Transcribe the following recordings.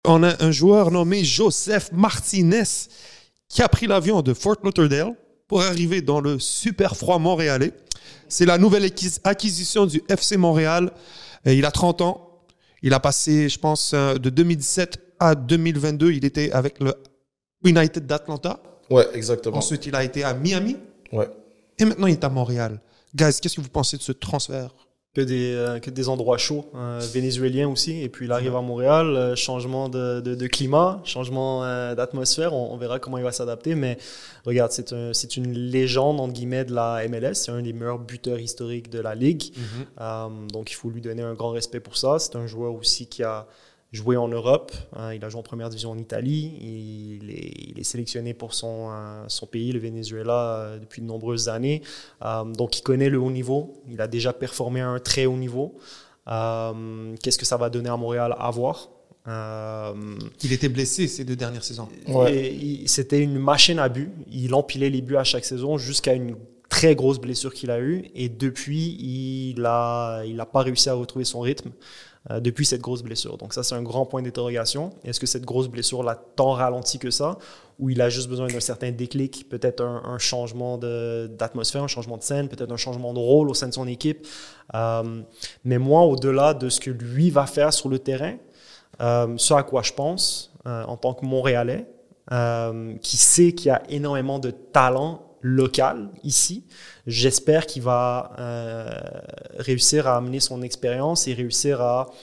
On a un joueur nommé Joseph Martinez qui a pris l'avion de Fort Lauderdale pour arriver dans le super froid montréalais. C'est la nouvelle acquisition du FC Montréal. Et il a 30 ans. Il a passé, je pense, de 2017 à 2022, il était avec le United d'Atlanta. Ouais, exactement. Ensuite, il a été à Miami. Ouais. Et maintenant, il est à Montréal. Guys, qu'est-ce que vous pensez de ce transfert? Que des endroits chauds, vénézuéliens aussi. Et puis il arrive à Montréal, changement de climat, changement d'atmosphère. On verra comment il va s'adapter. Mais regarde, c'est une légende, entre guillemets, de la MLS. C'est un des meilleurs buteurs historiques de la Ligue. Donc il faut lui donner un grand respect pour ça. C'est un joueur aussi qui a joué en Europe. Il a joué en première division en Italie. Il est sélectionné pour son pays, le Venezuela, depuis de nombreuses années. Donc, il connaît le haut niveau. Il a déjà performé à un très haut niveau. Qu'est-ce que ça va donner à Montréal à voir? Il était blessé ces 2 dernières saisons. Ouais. C'était une machine à but. Il empilait les buts à chaque saison jusqu'à une très grosse blessure qu'il a eue. Et depuis, il n'a pas réussi à retrouver son rythme. Depuis cette grosse blessure. Donc ça, c'est un grand point d'interrogation. Est-ce que cette grosse blessure l'a tant ralenti que ça, ou il a juste besoin d'un certain déclic, peut-être un changement d'atmosphère, un changement de scène, peut-être un changement de rôle au sein de son équipe. Mais moi, au-delà de ce que lui va faire sur le terrain, ce à quoi je pense en tant que Montréalais, qui sait qu'il y a énormément de talent local ici. J'espère qu'il va réussir à amener son expérience et réussir à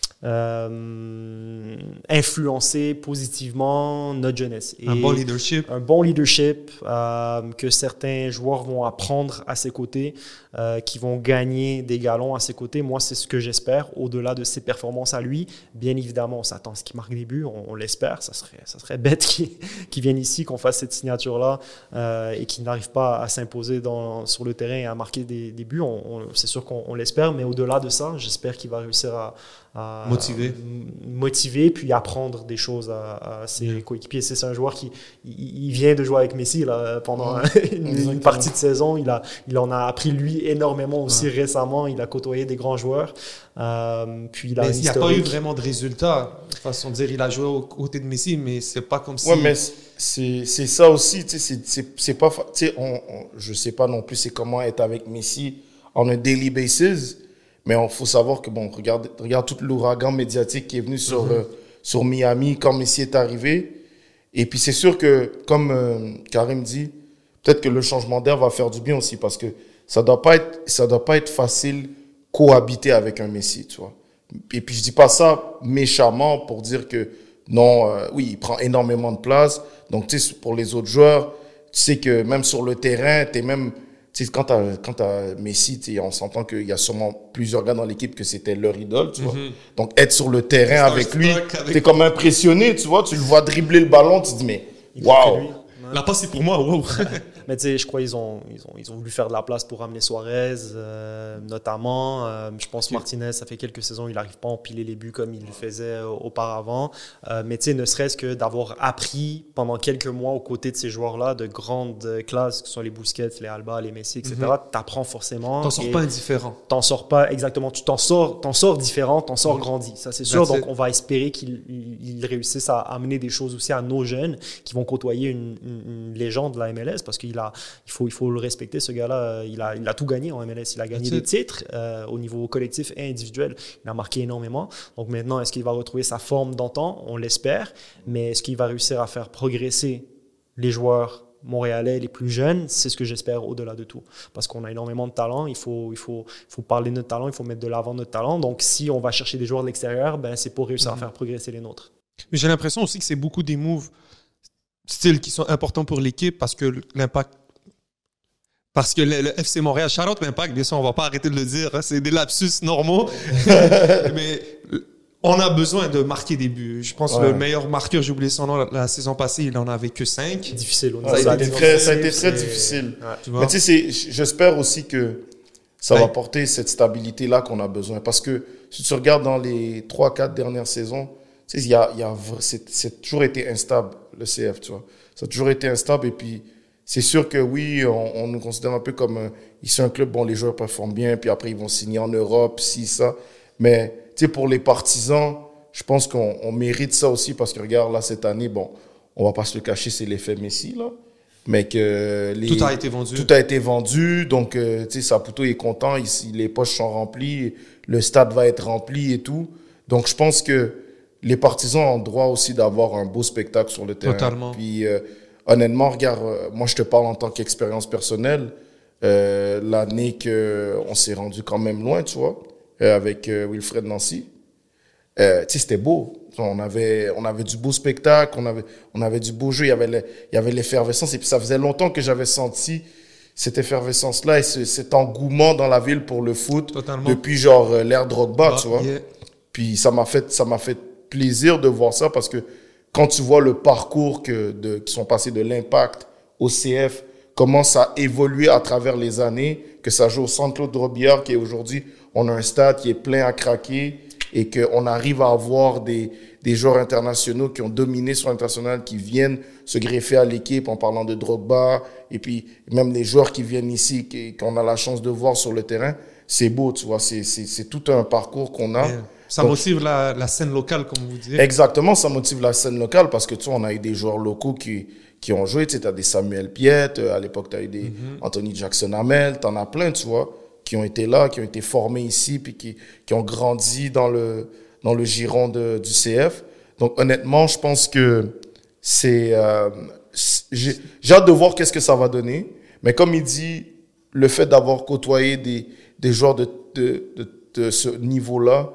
influencer positivement notre jeunesse. Et un bon leadership. Un bon leadership que certains joueurs vont apprendre à ses côtés, qui vont gagner des galons à ses côtés. Moi, c'est ce que j'espère, au-delà de ses performances à lui. Bien évidemment, on s'attend à ce qu'il marque des buts, on l'espère. Ça serait bête qu'il vienne ici, qu'on fasse cette signature-là et qu'il n'arrive pas à s'imposer sur le terrain et à marquer des buts. C'est sûr qu'on l'espère, mais au-delà de ça, j'espère qu'il va réussir à motiver puis apprendre des choses à ses coéquipiers. C'est un joueur qui il vient de jouer avec Messi là, pendant une partie de saison. Il en a appris lui énormément aussi récemment. Il a côtoyé des grands joueurs. Puis il n'y a pas eu vraiment de résultats. De façon de dire, il a joué aux côtés de Messi, mais c'est pas comme si... Ouais, mais c'est ça aussi. C'est pas... je sais pas non plus c'est comment être avec Messi on a daily basis. Mais il faut savoir que, bon, regarde tout l'ouragan médiatique qui est venu sur Miami quand Messi est arrivé. Et puis, c'est sûr que, comme Karim dit, peut-être que le changement d'air va faire du bien aussi parce que ça doit pas être facile cohabiter avec un Messi, tu vois. Et puis, je dis pas ça méchamment pour dire que, non, oui, il prend énormément de place. Donc, tu sais, pour les autres joueurs, tu sais que même sur le terrain, t'es même... Quand t'as Messi, on s'entend qu'il y a sûrement plusieurs gars dans l'équipe que c'était leur idole, tu vois. Donc, être sur le terrain avec lui, t'es comme impressionné, tu vois. Tu le vois dribbler le ballon, tu te dis, mais waouh! La passe, c'est pour moi, wow! Mais tu sais, je crois qu'ils ont voulu faire de la place pour ramener Suarez, notamment. Je pense que Martinez, ça fait quelques saisons, il n'arrive pas à empiler les buts comme il le faisait auparavant. Mais tu sais, ne serait-ce que d'avoir appris pendant quelques mois aux côtés de ces joueurs-là de grande classe, que ce soit les Busquets, les Alba, les Messi, etc., t'apprends forcément. T'en sors pas indifférent. T'en sors pas, exactement. Tu t'en sors différent, t'en sors grandi. Ça, c'est sûr. Donc, on va espérer qu'ils réussissent à amener des choses aussi à nos jeunes qui vont côtoyer une légende de la MLS parce qu'il faut le respecter, ce gars-là. Il a tout gagné en MLS. Il a gagné des titres au niveau collectif et individuel. Il a marqué énormément. Donc maintenant, est-ce qu'il va retrouver sa forme d'antan? On l'espère. Mais est-ce qu'il va réussir à faire progresser les joueurs montréalais les plus jeunes? C'est ce que j'espère au-delà de tout. Parce qu'on a énormément de talent. Il faut parler de notre talent. Il faut mettre de l'avant notre talent. Donc si on va chercher des joueurs de l'extérieur, c'est pour réussir à faire progresser les nôtres. Mais j'ai l'impression aussi que c'est beaucoup des moves styles qui sont importants pour l'équipe parce que l'impact. Parce que le FC Montréal, shout out l'Impact, bien sûr, on ne va pas arrêter de le dire, hein, c'est des lapsus normaux. Mais on a besoin de marquer des buts. Je pense que le meilleur marqueur, j'ai oublié son nom, la saison passée, il en avait que 5. Difficile. Ça a été très difficile. Ouais. Mais tu sais, j'espère aussi que ça va porter cette stabilité-là qu'on a besoin. Parce que si tu regardes dans les 3-4 dernières saisons, tu sais, c'est toujours été instable, le CF, tu vois. Ça a toujours été instable et puis c'est sûr que oui, on nous considère un peu comme ici un club, bon, les joueurs performent bien, puis après ils vont signer en Europe, ça. Mais tu sais, pour les partisans, je pense qu'on mérite ça aussi parce que, regarde, là, cette année, bon, on va pas se le cacher, c'est l'effet Messi, là. Mais que tout a été vendu. Tout a été vendu. Donc, tu sais, Saputo est content. Ici, les poches sont remplies. Le stade va être rempli et tout. Donc, je pense que les partisans ont le droit aussi d'avoir un beau spectacle sur le terrain. Totalement. Puis, honnêtement, regarde, moi, je te parle en tant qu'expérience personnelle. L'année qu'on s'est rendu quand même loin, tu vois, avec Wilfred Nancy. Tu sais, c'était beau. On avait du beau spectacle, on avait du beau jeu, il y avait l'effervescence. Et puis, ça faisait longtemps que j'avais senti cette effervescence-là et cet engouement dans la ville pour le foot. Totalement. Depuis, genre, l'ère Drogba, tu vois. Yeah. Puis, ça m'a fait plaisir de voir ça parce que quand tu vois le parcours qui sont passés de l'Impact au CF, comment ça a évolué à travers les années, que ça joue au Centre Claude Robillard, qui est aujourd'hui, on a un stade qui est plein à craquer et qu'on arrive à avoir des joueurs internationaux qui ont dominé sur l'international, qui viennent se greffer à l'équipe en parlant de Drogba, et puis même les joueurs qui viennent ici, qu'on a la chance de voir sur le terrain, c'est beau, tu vois, c'est tout un parcours qu'on a. Yeah. Ça motive la scène locale, comme vous dites. Exactement, ça motive la scène locale parce que tu sais, on a eu des joueurs locaux qui ont joué. Tu sais, as des Samuel Piette, à l'époque, tu as eu des Anthony Jackson-Hamel, tu en as plein, tu vois, qui ont été là, qui ont été formés ici, puis qui ont grandi dans le giron du CF. Donc, honnêtement, je pense que j'ai hâte de voir qu'est-ce que ça va donner. Mais comme il dit, le fait d'avoir côtoyé des joueurs de ce niveau-là,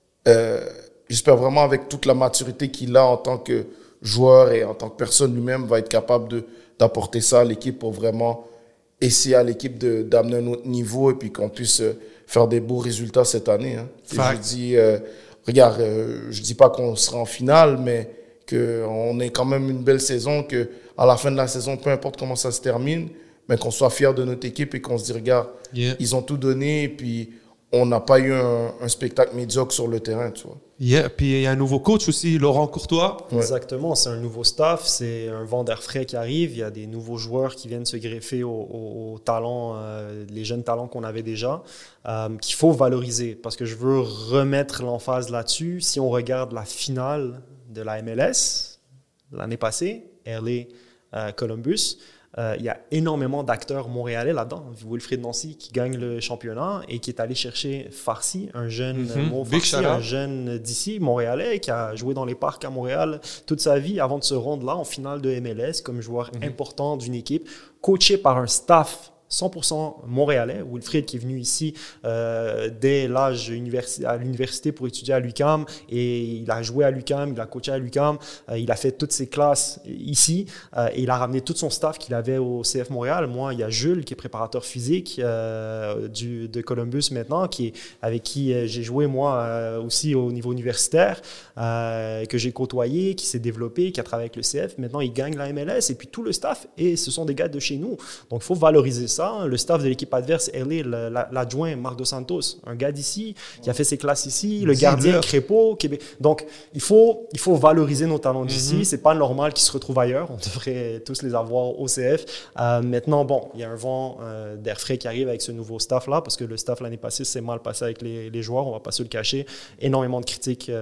j'espère vraiment avec toute la maturité qu'il a en tant que joueur et en tant que personne lui-même va être capable d'apporter ça à l'équipe pour vraiment essayer à l'équipe d'amener un autre niveau et puis qu'on puisse faire des beaux résultats cette année. Hein. Je dis, regarde, je dis pas qu'on sera en finale, mais qu'on ait quand même une belle saison, qu'à la fin de la saison, peu importe comment ça se termine, mais qu'on soit fiers de notre équipe et qu'on se dit, regarde, ils ont tout donné et puis on n'a pas eu un spectacle médiocre sur le terrain, tu vois. Yeah, puis il y a un nouveau coach aussi, Laurent Courtois. Ouais. Exactement, c'est un nouveau staff, c'est un vent d'air frais qui arrive, il y a des nouveaux joueurs qui viennent se greffer aux talents, les jeunes talents qu'on avait déjà, qu'il faut valoriser, parce que je veux remettre l'emphase là-dessus. Si on regarde la finale de la MLS l'année passée, LA Columbus, il y a énormément d'acteurs montréalais là-dedans. Wilfred Nancy qui gagne le championnat et qui est allé chercher Farsi, un jeune un jeune d'ici, montréalais, qui a joué dans les parcs à Montréal toute sa vie avant de se rendre là en finale de MLS comme joueur important d'une équipe, coaché par un staff 100% montréalais. Wilfred qui est venu ici dès l'âge à l'université pour étudier à l'UQAM et il a joué à l'UQAM, il a coaché à l'UQAM, il a fait toutes ses classes ici et il a ramené tout son staff qu'il avait au CF Montréal. Moi, il y a Jules qui est préparateur physique de Columbus maintenant, avec qui j'ai joué moi aussi au niveau universitaire, que j'ai côtoyé, qui s'est développé, qui a travaillé avec le CF. Maintenant, il gagne la MLS et puis tout le staff, et ce sont des gars de chez nous. Donc, il faut valoriser ça. Le staff de l'équipe adverse, l'adjoint Marc Dos Santos, un gars d'ici, qui a fait ses classes ici, le gardien Crépeau, Québec. Donc, il faut valoriser nos talents d'ici. C'est pas normal qu'ils se retrouvent ailleurs. On devrait tous les avoir au CF. Maintenant, bon, il y a un vent d'air frais qui arrive avec ce nouveau staff-là, parce que le staff l'année passée s'est mal passé avec les joueurs, on va pas se le cacher. Énormément de critiques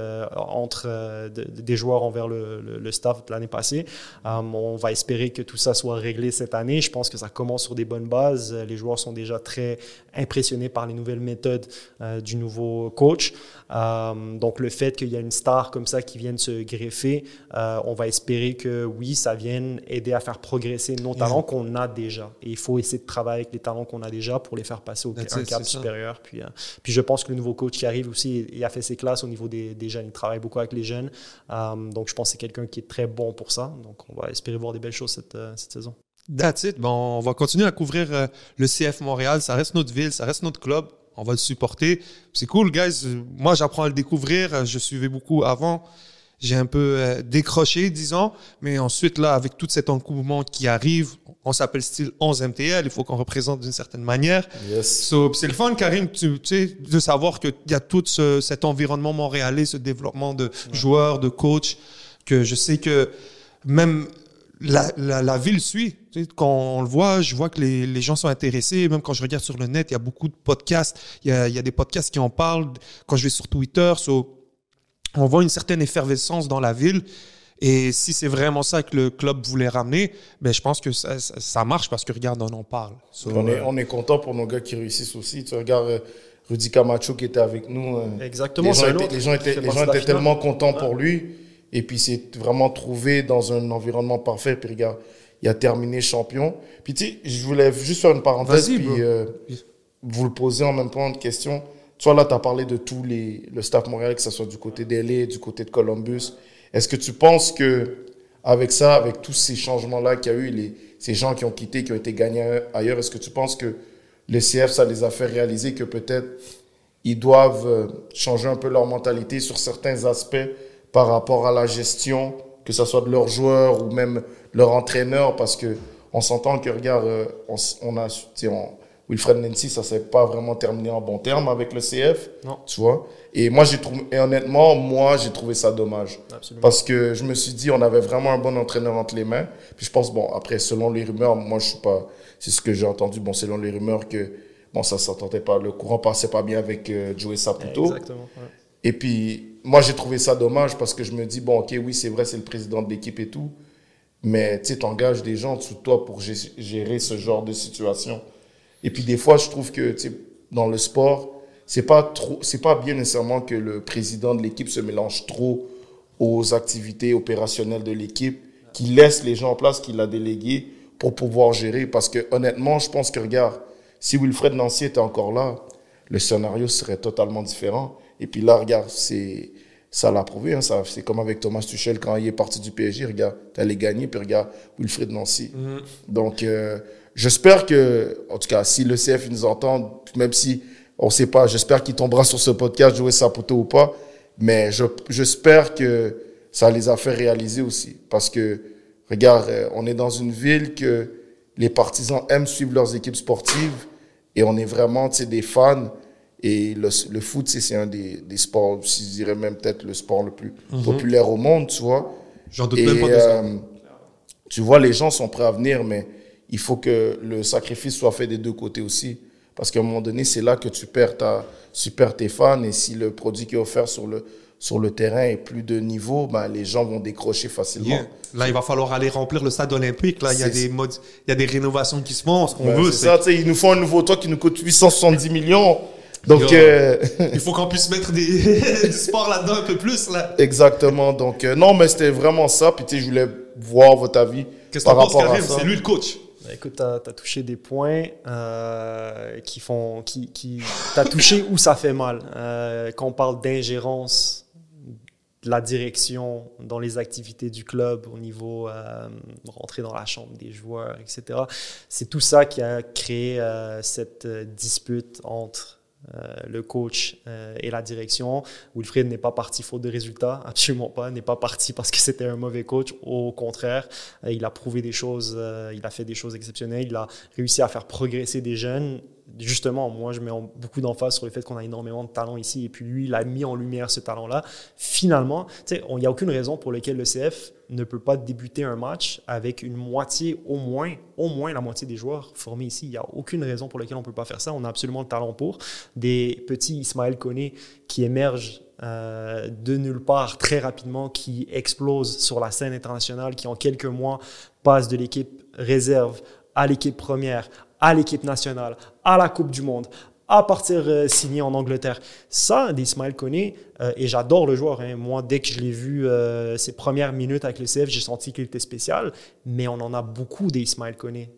des joueurs envers le staff de l'année passée. On va espérer que tout ça soit réglé cette année. Je pense que ça commence sur des bonnes bases. Les joueurs sont déjà très impressionnés par les nouvelles méthodes du nouveau coach. Donc, le fait qu'il y a une star comme ça qui vienne se greffer, on va espérer que, oui, ça vienne aider à faire progresser nos talents qu'on a déjà. Et il faut essayer de travailler avec les talents qu'on a déjà pour les faire passer un cap supérieur. Puis je pense que le nouveau coach qui arrive aussi, il a fait ses classes au niveau des jeunes. Il travaille beaucoup avec les jeunes. Donc, je pense que c'est quelqu'un qui est très bon pour ça. Donc, on va espérer voir des belles choses cette saison. That's it. Bon, on va continuer à couvrir le CF Montréal. Ça reste notre ville, ça reste notre club. On va le supporter. C'est cool, guys. Moi, j'apprends à le découvrir. Je suivais beaucoup avant. J'ai un peu décroché, disons. Mais ensuite, là, avec tout cet engouement qui arrive, on s'appelle style 11 MTL. Il faut qu'on représente d'une certaine manière. Yes. So, c'est le fun, Karim, tu sais, de savoir qu'il y a tout cet environnement montréalais, ce développement de joueurs, de coachs, que je sais que même la ville suit. Tu sais, quand on le voit, je vois que les gens sont intéressés. Même quand je regarde sur le net, il y a beaucoup de podcasts. Il y a des podcasts qui en parlent. Quand je vais sur Twitter, on voit une certaine effervescence dans la ville. Et si c'est vraiment ça que le club voulait ramener, ben je pense que ça marche parce que regarde, on en parle. So, on est content pour nos gars qui réussissent aussi. Tu regardes Rudy Camacho qui était avec nous. Exactement. Les gens étaient tellement contents pour lui. Et puis, c'est vraiment trouvé dans un environnement parfait. Puis regarde, il a terminé champion. Puis tu sais, je voulais juste faire une parenthèse. Vas-y, puis vous le poser en même temps une question. Tu vois, là, tu as parlé de tout le staff montréalais, que ce soit du côté d'LA, du côté de Columbus. Est-ce que tu penses que avec ça, avec tous ces changements-là qu'il y a eu, ces gens qui ont quitté, qui ont été gagnés ailleurs, est-ce que tu penses que le CF, ça les a fait réaliser que peut-être ils doivent changer un peu leur mentalité sur certains aspects par rapport à la gestion, que ce soit de leurs joueurs ou même leur entraîneur, parce que on s'entend que, regarde, Wilfred Nancy, ça ne s'est pas vraiment terminé en bon terme avec le CF, non. Tu vois. Et honnêtement, j'ai trouvé ça dommage. Absolument. Parce que je me suis dit, on avait vraiment un bon entraîneur entre les mains. Puis je pense, après, selon les rumeurs, moi, je suis pas, c'est ce que j'ai entendu, selon les rumeurs que, ça s'entendait pas, le courant passait pas bien avec Joey Saputo. Exactement. Ouais. Et puis, moi, j'ai trouvé ça dommage parce que je me dis, ok, oui, c'est vrai, c'est le président de l'équipe et tout. Mais, tu sais, t'engages des gens sous toi pour gérer ce genre de situation. Et puis, des fois, je trouve que, tu sais, dans le sport, c'est pas bien nécessairement que le président de l'équipe se mélange trop aux activités opérationnelles de l'équipe, qu'il laisse les gens en place, qu'il a délégués pour pouvoir gérer. Parce que, honnêtement, je pense que, regarde, si Wilfred Nancy était encore là, le scénario serait totalement différent. Et puis là, regarde, ça l'a prouvé. Hein, c'est comme avec Thomas Tuchel quand il est parti du PSG. Regarde, t'allais gagner, puis regarde, Wilfred Nancy. Donc, j'espère que, en tout cas, si le CF nous entend, même si on ne sait pas, j'espère qu'il tombera sur ce podcast, Joey Saputo ou pas, mais j'espère que ça les a fait réaliser aussi. Parce que, regarde, on est dans une ville que les partisans aiment suivre leurs équipes sportives et on est vraiment des fans. Et le foot, c'est un des sports, je dirais même peut-être le sport le plus populaire au monde, tu vois. J'en doute même pas de ça. Tu vois, les gens sont prêts à venir, mais il faut que le sacrifice soit fait des deux côtés aussi. Parce qu'à un moment donné, c'est là que tu perds tes fans. Et si le produit qui est offert sur le terrain est plus de niveau, les gens vont décrocher facilement. Yeah. Là, il va falloir aller remplir le stade olympique. Là, il y a des rénovations qui se font. Ce qu'on veut, c'est ça. Ils nous font un nouveau toit qui nous coûte 870 millions. Donc, il faut qu'on puisse mettre du sport là-dedans un peu plus. Là. Exactement. Donc, non, mais c'était vraiment ça. Puis, je voulais voir votre avis par rapport à ça. C'est lui le coach. Écoute, tu as touché des points t'as touché où ça fait mal. Quand on parle d'ingérence de la direction dans les activités du club au niveau rentrer dans la chambre des joueurs, etc. C'est tout ça qui a créé cette dispute entre le coach et la direction. Wilfred n'est pas parti faute de résultats, absolument pas, n'est pas parti parce que c'était un mauvais coach, au contraire, il a prouvé des choses, il a fait des choses exceptionnelles, il a réussi à faire progresser des jeunes. Justement, moi je mets beaucoup d'emphase sur le fait qu'on a énormément de talent ici et puis lui, il a mis en lumière ce talent-là. Finalement, il n'y a aucune raison pour laquelle le CF ne peut pas débuter un match avec une moitié, au moins la moitié des joueurs formés ici. Il n'y a aucune raison pour laquelle on ne peut pas faire ça. On a absolument le talent pour. Des petits Ismaël Koné qui émergent de nulle part très rapidement, qui explosent sur la scène internationale, qui en quelques mois passent de l'équipe réserve à l'équipe première, à l'équipe nationale, à la Coupe du Monde, à partir signé en Angleterre. Ça, d'Ismaël Koné, et j'adore le joueur. Hein. Moi, dès que je l'ai vu ses premières minutes avec le CF, j'ai senti qu'il était spécial. Mais on en a beaucoup d'Ismaël Koné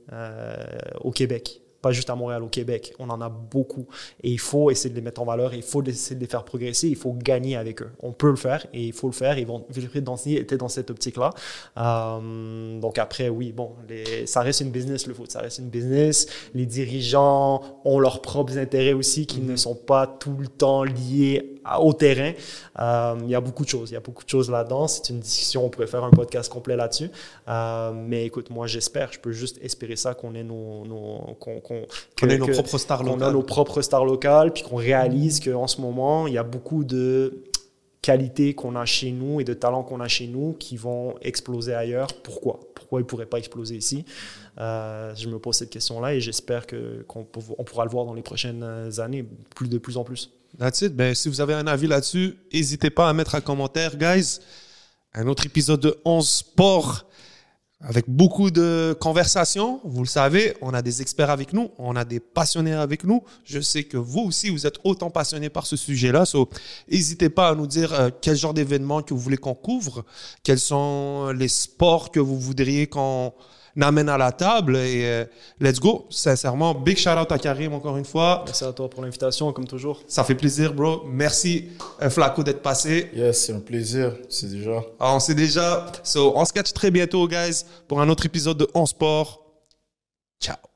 au Québec. Pas juste à Montréal, au Québec. On en a beaucoup. Et il faut essayer de les mettre en valeur. Il faut essayer de les faire progresser. Il faut gagner avec eux. On peut le faire et il faut le faire. Wilfred Nancy était dans cette optique-là. Donc après, oui, bon, ça reste une business, le foot. Ça reste une business. Les dirigeants ont leurs propres intérêts aussi qui ne sont pas tout le temps liés au terrain. Il y a beaucoup de choses. Il y a beaucoup de choses là-dedans. C'est une discussion. On pourrait faire un podcast complet là-dessus. Mais écoute, moi, j'espère. Je peux juste espérer ça qu'on ait qu'on ait nos propres stars locales. Qu'on a nos propres stars locales, puis qu'on réalise qu'en ce moment, il y a beaucoup de qualités qu'on a chez nous et de talents qu'on a chez nous qui vont exploser ailleurs. Pourquoi ils ne pourraient pas exploser ici? Je me pose cette question-là et j'espère qu'on pourra le voir dans les prochaines années, de plus en plus. That's it. Ben, si vous avez un avis là-dessus, n'hésitez pas à mettre un commentaire, guys. Un autre épisode de 11 Sport avec beaucoup de conversations. Vous le savez, on a des experts avec nous, on a des passionnés avec nous. Je sais que vous aussi, vous êtes autant passionnés par ce sujet-là. N'hésitez pas à nous dire quel genre d'événements que vous voulez qu'on couvre, quels sont les sports que vous voudriez qu'on amène à la table et let's go. Sincèrement, big shout out à Karim encore une fois. Merci à toi pour l'invitation, comme toujours. Ça fait plaisir, bro. Merci, Flaco, d'être passé. Yes, c'est un plaisir, c'est déjà. Alors, on sait déjà. On se catch très bientôt, guys, pour un autre épisode de On Sport. Ciao.